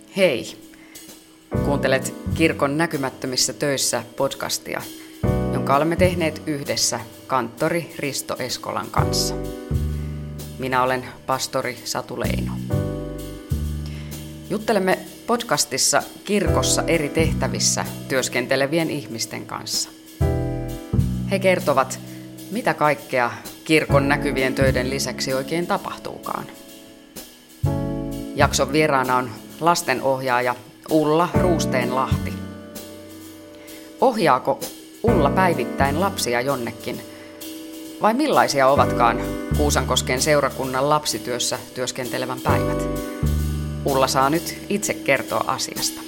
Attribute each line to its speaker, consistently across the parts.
Speaker 1: Hei! Kuuntelet Kirkon näkymättömissä töissä podcastia, jonka olemme tehneet yhdessä kanttori Risto Eskolan kanssa. Minä olen pastori Satu Leino. Juttelemme podcastissa kirkossa eri tehtävissä työskentelevien ihmisten kanssa. He kertovat, mitä kaikkea kirkon näkyvien töiden lisäksi oikein tapahtuukaan. Jakson vieraana on lastenohjaaja Ulla Ruusteenlahti. Ohjaako Ulla päivittäin lapsia jonnekin? Vai millaisia ovatkaan Kuusankosken seurakunnan lapsityössä työskentelevän päivät? Ulla saa nyt itse kertoa asiasta.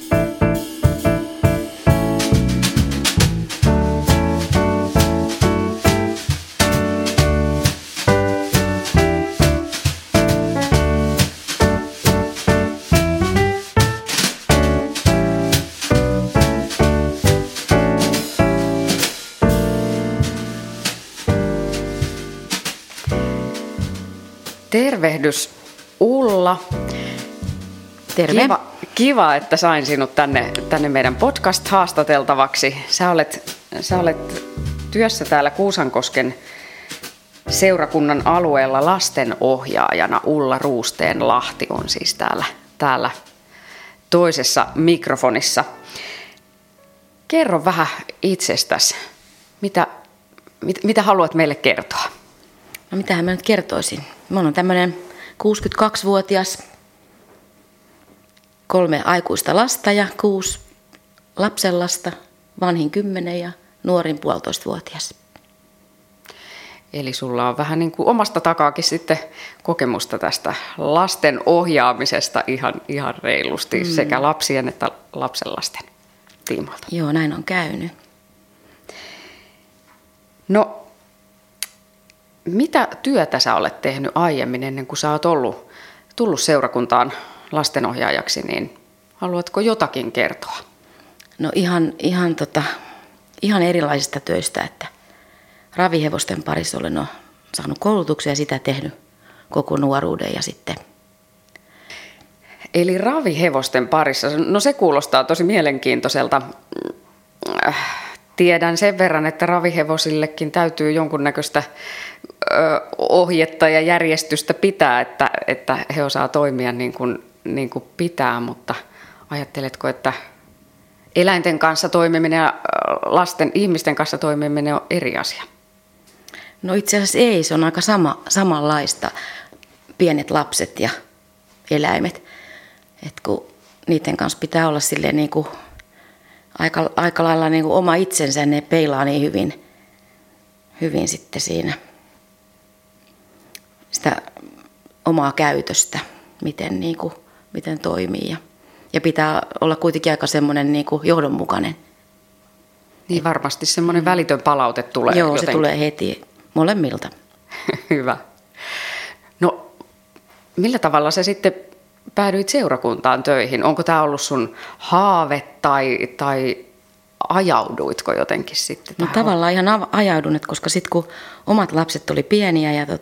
Speaker 1: Tervehdys Ulla.
Speaker 2: Terve.
Speaker 1: Kiva, että sain sinut tänne meidän podcast-haastateltavaksi. Sä olet työssä täällä Kuusankosken seurakunnan alueella lastenohjaajana. Ulla Ruusteenlahti on siis täällä toisessa mikrofonissa. Kerro vähän itsestäsi. Mitä haluat meille kertoa?
Speaker 2: No mitähän mä nyt kertoisin. Mä oon tämmönen 62-vuotias, 3 aikuista lasta ja 6 lapsenlasta, vanhin 10 ja nuorin 1,5-vuotias.
Speaker 1: Eli sulla on vähän niin kuin omasta takaakin sitten kokemusta tästä lasten ohjaamisesta ihan reilusti sekä lapsien että lapsenlasten tiimoilta.
Speaker 2: Joo, näin on käynyt.
Speaker 1: No, mitä työtä sä olet tehnyt aiemmin ennen kuin sä oot tullut seurakuntaan lastenohjaajaksi, niin haluatko jotakin kertoa?
Speaker 2: No ihan erilaisista töistä, että ravihevosten parissa olen saanut koulutuksia ja sitä tehnyt koko nuoruuden ja sitten.
Speaker 1: Eli ravihevosten parissa, no se kuulostaa tosi mielenkiintoiselta. Tiedän sen verran, että ravihevosillekin täytyy jonkunnäköistä ohjetta ja järjestystä pitää, että he osaa toimia niin kuin pitää, mutta ajatteletko, että eläinten kanssa toimiminen ja ihmisten kanssa toimiminen on eri asia?
Speaker 2: No itse asiassa ei, se on aika samanlaista, pienet lapset ja eläimet, että kun niiden kanssa pitää olla silleen niin kuin aika lailla niin kuin oma itsensä, ne peilaa niin hyvin sitten siinä sitä omaa käytöstä, miten toimii. Ja pitää olla kuitenkin aika semmoinen niin kuin johdonmukainen.
Speaker 1: Niin varmasti semmoinen välitön palaute tulee.
Speaker 2: Joo,
Speaker 1: jotenkin.
Speaker 2: Se tulee heti molemmilta. Hyvä.
Speaker 1: No, millä tavalla sä sitten päädyit seurakuntaan töihin? Onko tämä ollut sun haave tai ajauduitko jotenkin sitten tähän?
Speaker 2: No tavallaan ihan ajaudun, koska sitten kun omat lapset oli pieniä ja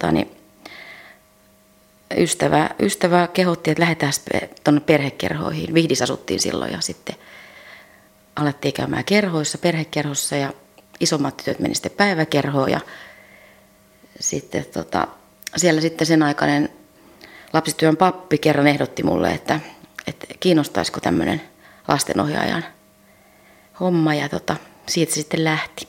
Speaker 2: ystävä kehotti, että lähdetään tuonne perhekerhoihin. Vihdissä asuttiin silloin ja sitten alettiin käymään perhekerhoissa ja isommat tytöt meni sitten päiväkerhoon ja sitten siellä sitten sen aikainen lapsityön pappi kerran ehdotti mulle, että kiinnostaisiko tämmöinen lastenohjaajan homma ja siitä se sitten lähti.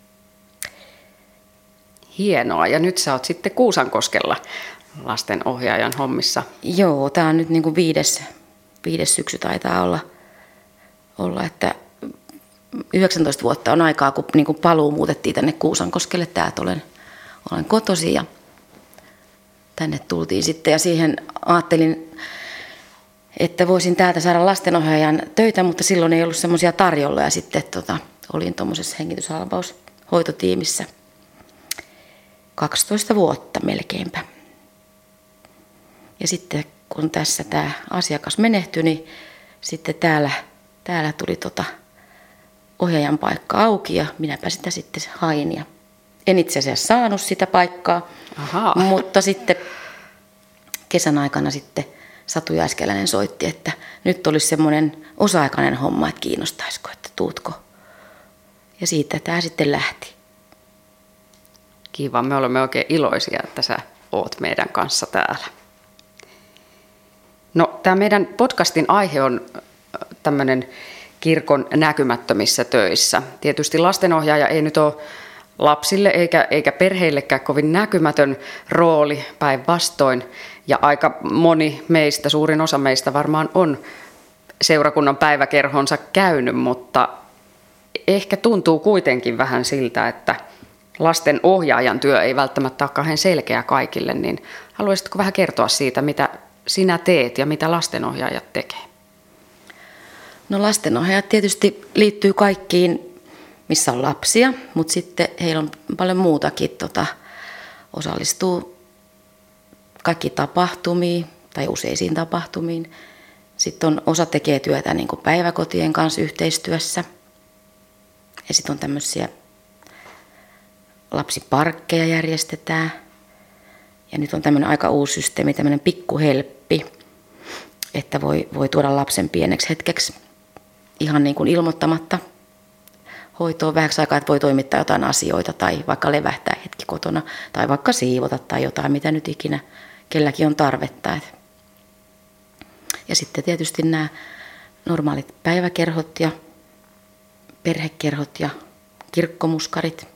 Speaker 1: Hienoa. Ja nyt sä oot sitten Kuusankoskella lastenohjaajan hommissa.
Speaker 2: Joo, tää on nyt niin kuin viides syksy taitaa olla, että 19 vuotta on aikaa, kun niin kuin paluu muutettiin tänne Kuusankoskelle. Täältä olen kotoisin ja tänne tultiin sitten ja siihen ajattelin, että voisin täältä saada lastenohjaajan töitä, mutta silloin ei ollut semmoisia tarjolla ja sitten olin tuommoisessa hengityshalvaushoitotiimissä 12 vuotta melkeinpä. Ja sitten kun tässä tämä asiakas menehtyi, niin sitten täällä tuli ohjaajan paikka auki ja minäpä sitä sitten hain ja en itse asiassa saanut sitä paikkaa, mutta sitten kesän aikana sitten Satu Jääskeläinen soitti, että nyt olisi semmoinen osa-aikainen homma, että kiinnostaisiko, että tuutko. Ja siitä tämä sitten lähti.
Speaker 1: Kiva, me olemme oikein iloisia, että sä oot meidän kanssa täällä. No, tämä meidän podcastin aihe on tämmöinen kirkon näkymättömissä töissä. Tietysti lastenohjaaja ei nyt ole lapsille eikä perheillekään kovin näkymätön rooli, päinvastoin. Ja aika moni meistä, suurin osa meistä varmaan on seurakunnan päiväkerhonsa käynyt, mutta ehkä tuntuu kuitenkin vähän siltä, että lasten ohjaajan työ ei välttämättä ole kauhean selkeä kaikille, niin haluaisitko vähän kertoa siitä, mitä sinä teet ja mitä lastenohjaajat tekee?
Speaker 2: No lastenohjaajat tietysti liittyy kaikkiin, missä on lapsia, mutta sitten heillä on paljon muutakin, osallistuu kaikkiin tapahtumiin tai useisiin tapahtumiin. Sitten osa tekee työtä niin kuin päiväkotien kanssa yhteistyössä. Ja sitten on tämmöisiä lapsiparkkeja järjestetään. Ja nyt on tämmöinen aika uusi systeemi, tämmöinen pikkuhelppi, että voi tuoda lapsen pieneksi hetkeksi ihan niin kuin ilmoittamatta hoitoon vähäksi aikaa, että voi toimittaa jotain asioita tai vaikka levähtää hetki kotona tai vaikka siivota tai jotain, mitä nyt ikinä kelläkin on tarvetta. Ja sitten tietysti nämä normaalit päiväkerhot ja perhekerhot ja kirkkomuskarit.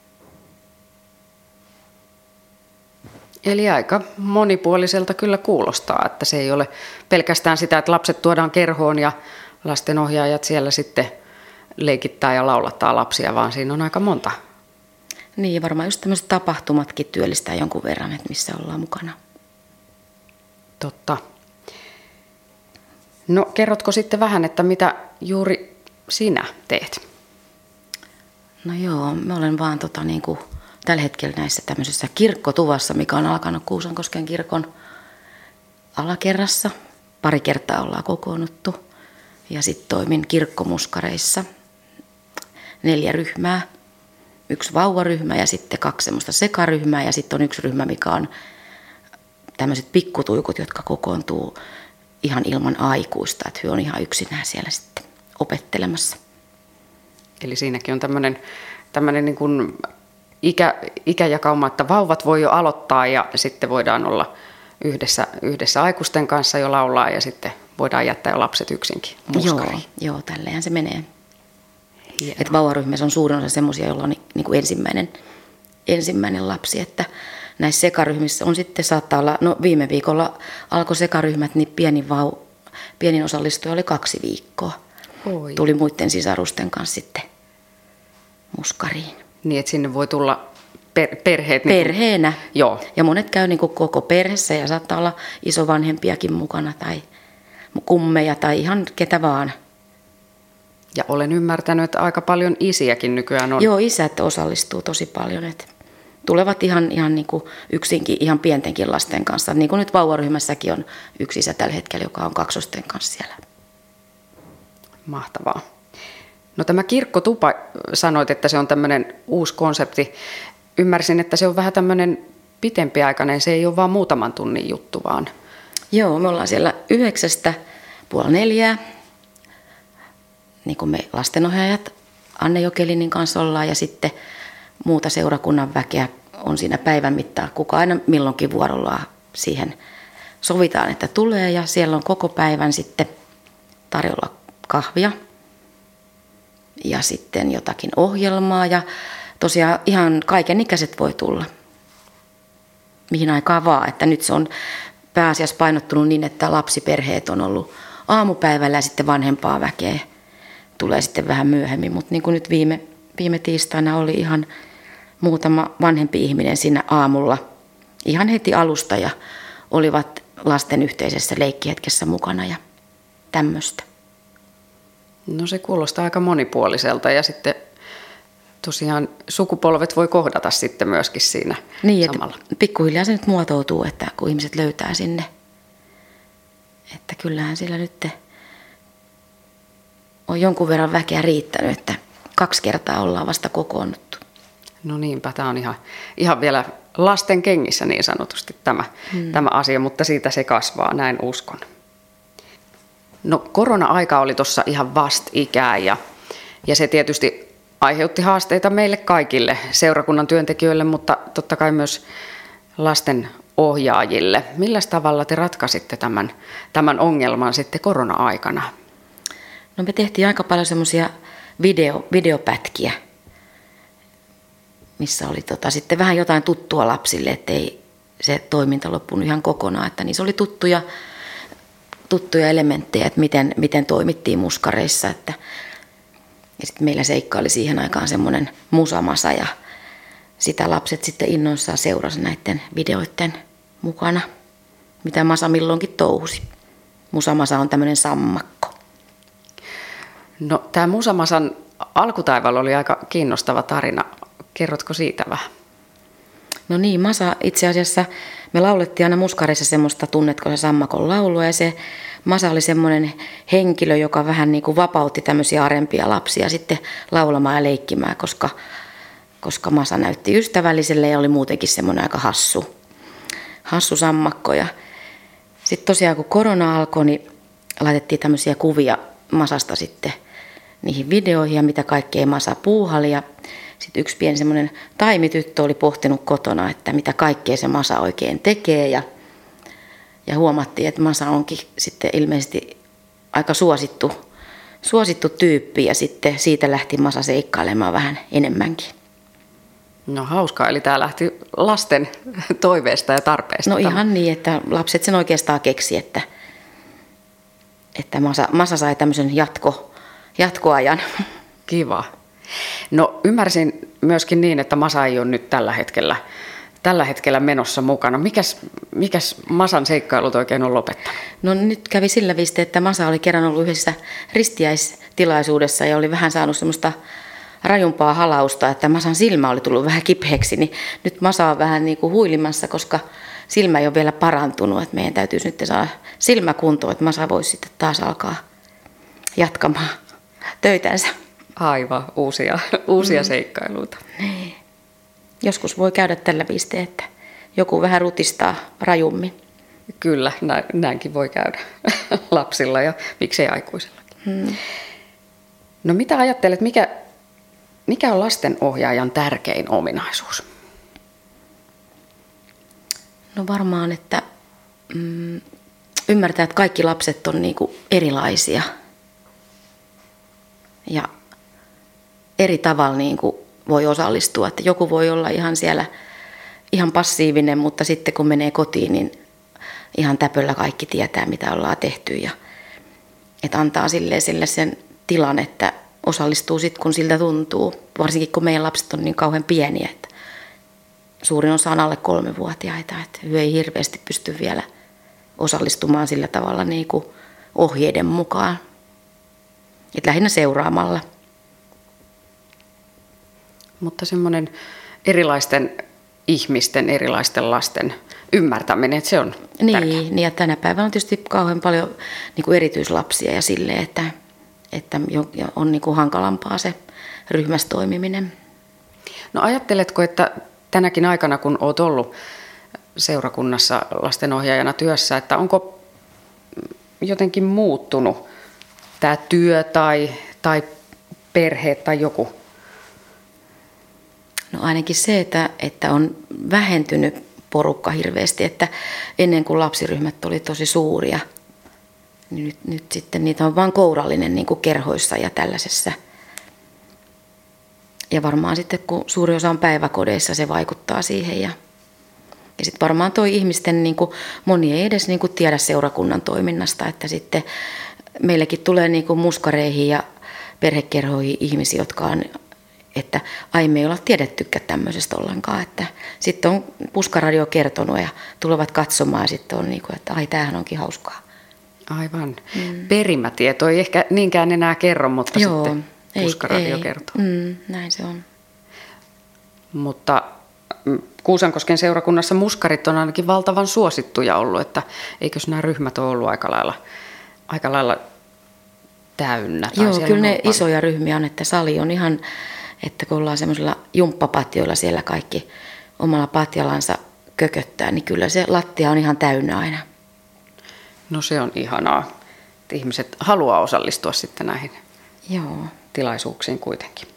Speaker 1: Eli aika monipuoliselta kyllä kuulostaa, että se ei ole pelkästään sitä, että lapset tuodaan kerhoon ja lastenohjaajat siellä sitten leikittää ja laulattaa lapsia, vaan siinä on aika monta.
Speaker 2: Niin, varmaan just tämmöiset tapahtumatkin työllistää jonkun verran, että missä ollaan mukana.
Speaker 1: Totta. No kerrotko sitten vähän, että mitä juuri sinä teet?
Speaker 2: No joo, mä olen vaan niin kuin tällä hetkellä näissä tämmöisessä kirkkotuvassa, mikä on alkanut Kuusankosken kirkon alakerrassa. Pari kertaa ollaan kokoonnuttu. Ja sitten toimin kirkkomuskareissa 4 ryhmää. 1 vauvaryhmä ja sitten 2 semmoista sekaryhmää. Ja sitten on 1 ryhmä, mikä on tämmöiset pikkutuikut, jotka kokoontuu ihan ilman aikuista. Että he on ihan yksinään siellä sitten opettelemassa. Eli
Speaker 1: siinäkin on tämmöinen niin kuin ikäjakauma, että vauvat voi jo aloittaa ja sitten voidaan olla yhdessä aikuisten kanssa jo laulaa ja sitten voidaan jättää jo lapset yksinkin muskariin.
Speaker 2: Joo, tälleen se menee. Et vauvaryhmässä on suurin osa semmoisia, joilla on niin kuin ensimmäinen lapsi, että näissä sekaryhmissä on sitten saattaa olla, no viime viikolla alkoi sekaryhmät, niin pienin osallistuja oli 2 viikkoa.
Speaker 1: Oi.
Speaker 2: Tuli muiden sisarusten kanssa sitten muskariin.
Speaker 1: Niin, että sinne voi tulla perheet.
Speaker 2: Perheenä.
Speaker 1: Joo.
Speaker 2: Ja monet käy niin kuin koko perheessä ja saattaa olla isovanhempiakin mukana tai kummeja tai ihan ketä vaan.
Speaker 1: Ja olen ymmärtänyt, että aika paljon isiäkin nykyään on.
Speaker 2: Joo, isät osallistuu tosi paljon. Että tulevat ihan niin kuin yksinkin, ihan pientenkin lasten kanssa. Niin kuin nyt vauvaryhmässäkin on 1 isä tällä hetkellä, joka on 2 kanssa siellä.
Speaker 1: Mahtavaa. No tämä kirkkotupa, sanoit, että se on tämmöinen uusi konsepti. Ymmärsin, että se on vähän tämmöinen pitempiaikainen, se ei ole vaan muutaman tunnin juttu vaan.
Speaker 2: Joo, me ollaan siellä 9:30, niin kuin me lastenohjaajat Anne Jokelinin kanssa ollaan ja sitten muuta seurakunnan väkeä on siinä päivän mittaan, kuka aina milloinkin vuorollaan siihen sovitaan, että tulee ja siellä on koko päivän sitten tarjolla kahvia ja sitten jotakin ohjelmaa ja tosiaan ihan kaikenikäiset voi tulla mihin aikaan vaan, että nyt se on pääasiassa painottunut niin, että lapsiperheet on ollut aamupäivällä ja sitten vanhempaa väkeä tulee sitten vähän myöhemmin, mutta niin kuin nyt viime tiistaina oli ihan muutama vanhempi ihminen siinä aamulla ihan heti alusta ja olivat lasten yhteisessä leikkihetkessä mukana ja tämmöistä.
Speaker 1: No se kuulostaa aika monipuoliselta ja sitten tosiaan sukupolvet voi kohdata sitten myöskin siinä
Speaker 2: niin,
Speaker 1: samalla.
Speaker 2: Että pikkuhiljaa se nyt muotoutuu, että kun ihmiset löytää sinne, että kyllähän sillä nyt on jonkun verran väkeä riittänyt, että 2 kertaa ollaan vasta kokoonnuttu.
Speaker 1: No niinpä, tämä on ihan vielä lasten kengissä niin sanotusti tämä asia, mutta siitä se kasvaa, näin uskon. No korona-aika oli tuossa ihan vastikään ja se tietysti aiheutti haasteita meille kaikille, seurakunnan työntekijöille, mutta totta kai myös lasten ohjaajille. Millä tavalla te ratkaisitte tämän ongelman sitten korona-aikana?
Speaker 2: No me tehtiin aika paljon semmoisia videopätkiä, missä oli sitten vähän jotain tuttua lapsille, ettei se toiminta loppunut ihan kokonaan. Että niissä oli tuttuja elementtejä, että miten toimittiin muskareissa. Ja sitten meillä seikkaili siihen aikaan semmoinen musamasa ja sitä lapset sitten innoissaan seurasi näiden videoiden mukana, mitä masa milloinkin touhusi. Musamasa on tämmöinen sammakko.
Speaker 1: No tämä musamasan alkutaival oli aika kiinnostava tarina. Kerrotko siitä vähän?
Speaker 2: No niin, masa itse asiassa, me laulettiin aina muskareissa semmoista Tunnetko sä sammakon laulua ja se masa oli semmoinen henkilö, joka vähän niin kuin vapautti tämmöisiä arempia lapsia sitten laulamaan ja leikkimään, koska masa näytti ystävälliselle ja oli muutenkin semmoinen aika hassu sammakko. Ja sitten tosiaan kun korona alkoi, niin laitettiin tämmöisiä kuvia masasta sitten niihin videoihin ja mitä kaikkea masa puuhali. Ja sitten yksi pieni semmoinen taimityttö oli pohtinut kotona, että mitä kaikkea se masa oikein tekee. Ja huomattiin, että masa onkin sitten ilmeisesti aika suosittu tyyppi ja sitten siitä lähti masa seikkailemaan vähän enemmänkin.
Speaker 1: No hauskaa, eli tämä lähti lasten toiveesta ja tarpeesta.
Speaker 2: No ihan niin, että lapset sen oikeastaan keksi, että masa sai tämmöisen jatkoajan.
Speaker 1: Kiva. No ymmärsin myöskin niin, että masa ei ole nyt tällä hetkellä menossa mukana. Mikäs masan seikkailut oikein on lopettanut?
Speaker 2: No nyt kävi sillä viiste, että masa oli kerran ollut yhdessä ristiäistilaisuudessa ja oli vähän saanut semmoista rajumpaa halausta, että masan silmä oli tullut vähän kipeäksi, niin nyt masa on vähän niin kuin huilimassa, koska silmä ei ole vielä parantunut, että meidän täytyisi nyt saada silmä kuntoon, että masa voisi sitten taas alkaa jatkamaan töitänsä.
Speaker 1: Aivan, uusia seikkailuita.
Speaker 2: Niin. Joskus voi käydä tällä viiste, että joku vähän rutistaa rajummin.
Speaker 1: Kyllä, näinkin voi käydä lapsilla ja miksei aikuisillakin. No mitä ajattelet, mikä on lastenohjaajan tärkein ominaisuus?
Speaker 2: No varmaan, että ymmärtää, että kaikki lapset on niinku erilaisia ja eri tavalla niinku voi osallistua. Että joku voi olla ihan siellä ihan passiivinen, mutta sitten kun menee kotiin, niin ihan täpöllä kaikki tietää, mitä ollaan tehty. Ja, että antaa sille sen tilan, että osallistuu sitten, kun siltä tuntuu. Varsinkin, kun meidän lapset on niin kauhean pieniä, että suurin osa on alle 3-vuotiaita. Että he ei hirveästi pysty vielä osallistumaan sillä tavalla niin kuin ohjeiden mukaan. Että lähinnä seuraamalla.
Speaker 1: Mutta semmoinen erilaisten ihmisten, erilaisten lasten ymmärtäminen, että se on tärkeää.
Speaker 2: Niin, ja tänä päivänä on tietysti kauhean paljon niin kuin erityislapsia ja silleen, että on niin kuin hankalampaa se ryhmässä toimiminen.
Speaker 1: No ajatteletko, että tänäkin aikana, kun olet ollut seurakunnassa lastenohjaajana työssä, että onko jotenkin muuttunut tämä työ tai perhe tai joku?
Speaker 2: No ainakin se, että on vähentynyt porukka hirveästi, että ennen kuin lapsiryhmät oli tosi suuria, niin nyt sitten niitä on vain kourallinen niin kuin kerhoissa ja tällaisessa. Ja varmaan sitten, kun suuri osa on päiväkodeissa, se vaikuttaa siihen. Ja sitten varmaan toi ihmisten, niin kuin, moni ei edes niin kuin tiedä seurakunnan toiminnasta, että sitten meillekin tulee niin kuin muskareihin ja perhekerhoihin ihmisiä, jotka on, että ai me ei olla tiedettykään tämmöisestä ollenkaan, että sitten on Puskaradio kertonut ja tulevat katsomaan ja sitten on niin kuin, että ai tämähän onkin hauskaa.
Speaker 1: Aivan. Perimätieto ei ehkä niinkään enää kerro, mutta
Speaker 2: joo,
Speaker 1: sitten Puskaradio kertoo.
Speaker 2: Näin se on.
Speaker 1: Mutta Kuusankosken seurakunnassa muskarit on ainakin valtavan suosittuja ollut, että eikös nämä ryhmät ole ollut aika lailla täynnä?
Speaker 2: Joo, kyllä ne isoja ryhmiä on, että sali on ihan, että kun ollaan semmoisilla jumppapatjoilla siellä kaikki omalla patjalansa kököttää, niin kyllä se lattia on ihan täynnä aina.
Speaker 1: No se on ihanaa, että ihmiset haluaa osallistua sitten näihin
Speaker 2: Joo.
Speaker 1: tilaisuuksiin kuitenkin.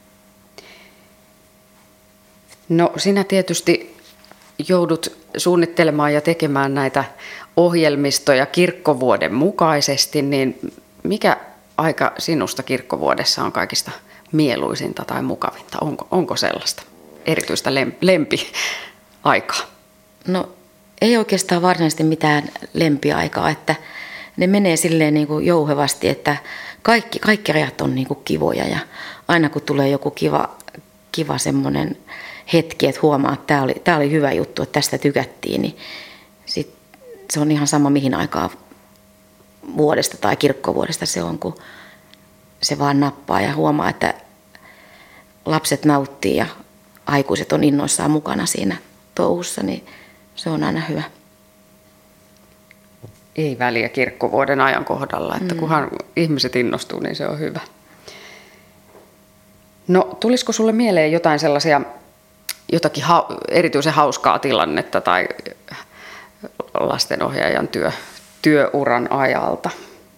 Speaker 1: No sinä tietysti joudut suunnittelemaan ja tekemään näitä ohjelmistoja kirkkovuoden mukaisesti, niin mikä aika sinusta kirkkovuodessa on kaikista mieluisinta tai mukavinta? Onko sellaista erityistä lempiaikaa?
Speaker 2: No ei oikeastaan varsinaisesti mitään lempiaikaa, että ne menee silleen niin kuin jouhevasti, että kaikki ajat on niin kuin kivoja ja aina kun tulee joku kiva semmoinen hetki, että huomaa, että tämä oli hyvä juttu, että tästä tykättiin, niin sit se on ihan sama mihin aikaan vuodesta tai kirkkovuodesta se on, kun se vaan nappaa ja huomaa, että lapset nauttii ja aikuiset on innoissaan mukana siinä touhussa, niin se on aina hyvä.
Speaker 1: Ei väliä kirkkovuoden ajankohdalla, että kunhan ihmiset innostuu, niin se on hyvä. No tulisiko sulle mieleen jotakin erityisen hauskaa tilannetta tai lastenohjaajan työuran ajalta?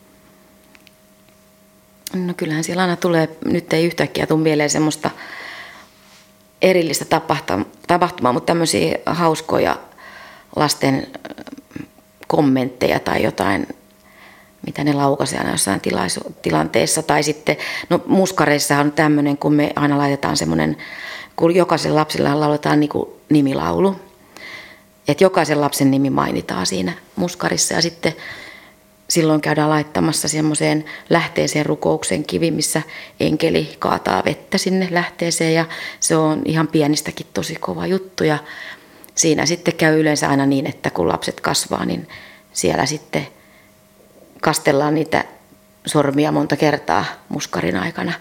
Speaker 2: No kyllähän siellä aina tulee, nyt ei yhtäkkiä tule mieleen semmoista erillistä tapahtumaa, mutta tämmöisiä hauskoja lasten kommentteja tai jotain, mitä ne laukaisee aina jossain tilanteessa. Tai sitten, no muskareissahan on tämmöinen, kun me aina laitetaan semmoinen, kun jokaisen lapsella lauletaan niin kuin nimilaulu. Että jokaisen lapsen nimi mainitaan siinä muskarissa ja sitten silloin käydään laittamassa semmoiseen lähteeseen rukouksen kivi, missä enkeli kaataa vettä sinne lähteeseen ja se on ihan pienistäkin tosi kova juttu ja siinä sitten käy yleensä aina niin, että kun lapset kasvaa, niin siellä sitten kastellaan niitä sormia monta kertaa muskarin aikana.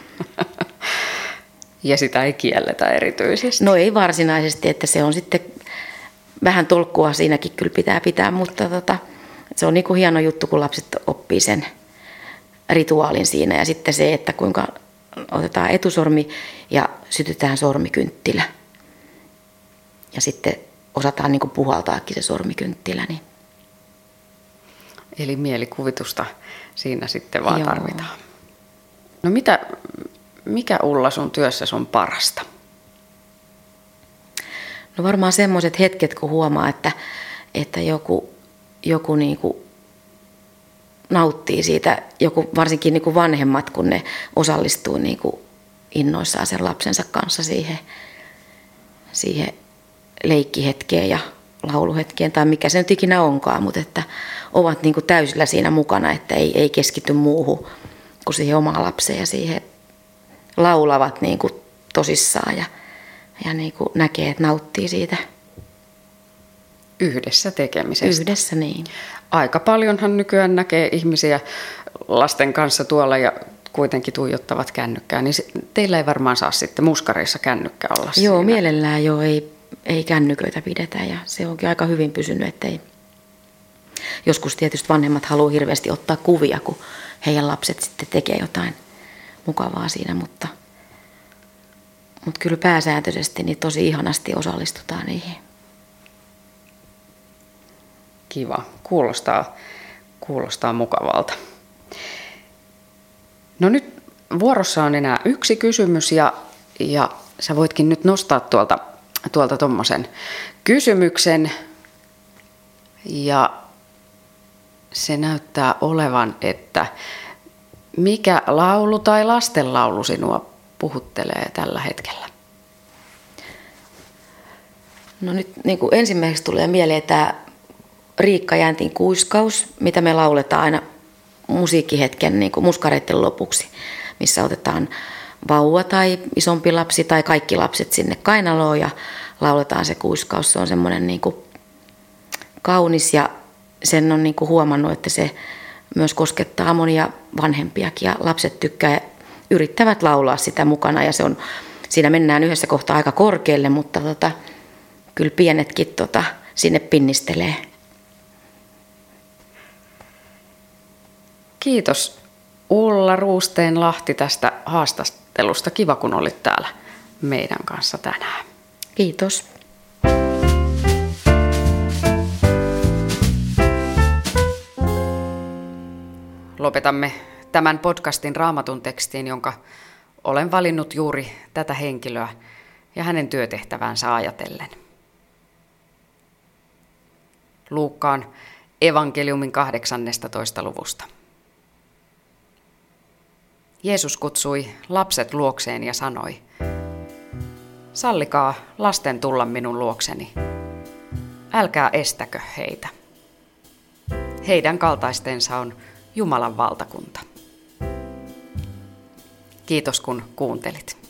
Speaker 1: Ja sitä ei kielletä erityisesti.
Speaker 2: No ei varsinaisesti, että se on sitten vähän tolkkua siinäkin kyllä pitää, mutta se on niin kuin hieno juttu, kun lapset oppii sen rituaalin siinä. Ja sitten se, että kuinka otetaan etusormi ja sytytään sormikynttilä. Ja sitten osataan niin kuin puhaltaakin se sormikynttilä. Niin.
Speaker 1: Eli mielikuvitusta siinä sitten vaan
Speaker 2: Joo.
Speaker 1: tarvitaan. No mikä Ulla sun työssä on parasta?
Speaker 2: No varmaan semmoiset hetket, kun huomaa, että joku niin kuin nauttii siitä, varsinkin niin kuin vanhemmat, kun ne osallistuu niin kuin innoissaan sen lapsensa kanssa siihen leikkihetkeen ja lauluhetkeen tai mikä se nyt ikinä onkaan, mutta että ovat niin kuin täysillä siinä mukana, että ei keskity muuhun kuin siihen omaan lapseen ja siihen laulavat niin kuin tosissaan ja niin kuin näkee, että nauttii siitä.
Speaker 1: Yhdessä tekemisestä.
Speaker 2: Yhdessä, niin.
Speaker 1: Aika paljonhan nykyään näkee ihmisiä lasten kanssa tuolla ja kuitenkin tuijottavat kännykkää, niin teillä ei varmaan saa sitten muskareissa kännykkä olla
Speaker 2: Joo,
Speaker 1: siinä.
Speaker 2: mielellään jo ei kännyköitä pidetä ja se onkin aika hyvin pysynyt, ettei. Joskus tietysti vanhemmat haluaa hirveästi ottaa kuvia, kun heidän lapset sitten tekee jotain mukavaa siinä, mutta kyllä pääsääntöisesti niin tosi ihanasti osallistutaan niihin.
Speaker 1: Kiva. Kuulostaa mukavalta. No nyt vuorossa on enää yksi kysymys ja sä voitkin nyt nostaa tuolta tommosen kysymyksen. Ja se näyttää olevan, että mikä laulu tai lastenlaulu sinua puhuttelee tällä hetkellä?
Speaker 2: No nyt niin kuin ensimmäiseksi tulee mieleen tämä Riikka Jäntin kuiskaus, mitä me lauletaan aina musiikkihetken niin kuin muskareiden lopuksi, missä otetaan vauva tai isompi lapsi tai kaikki lapset sinne kainaloon ja lauletaan se kuiskaus. Se on semmoinen niin kuin kaunis ja sen on niin kuin huomannut, että se myös koskettaa monia vanhempiakin ja lapset tykkää ja yrittävät laulaa sitä mukana ja siinä mennään yhdessä kohtaa aika korkealle, mutta kyllä pienetkin sinne pinnistelee.
Speaker 1: Kiitos Ulla Ruusteenlahti tästä haastattelusta. Kiva kun olit täällä meidän kanssa tänään.
Speaker 2: Kiitos.
Speaker 1: lopetamme tämän podcastin Raamatun tekstiin, jonka olen valinnut juuri tätä henkilöä ja hänen työtehtäväänsä ajatellen. Luukkaan evankeliumin 18. luvusta. Jeesus kutsui lapset luokseen ja sanoi, sallikaa lasten tulla minun luokseni. Älkää estäkö heitä. Heidän kaltaistensa on Jumalan valtakunta. Kiitos kun kuuntelit.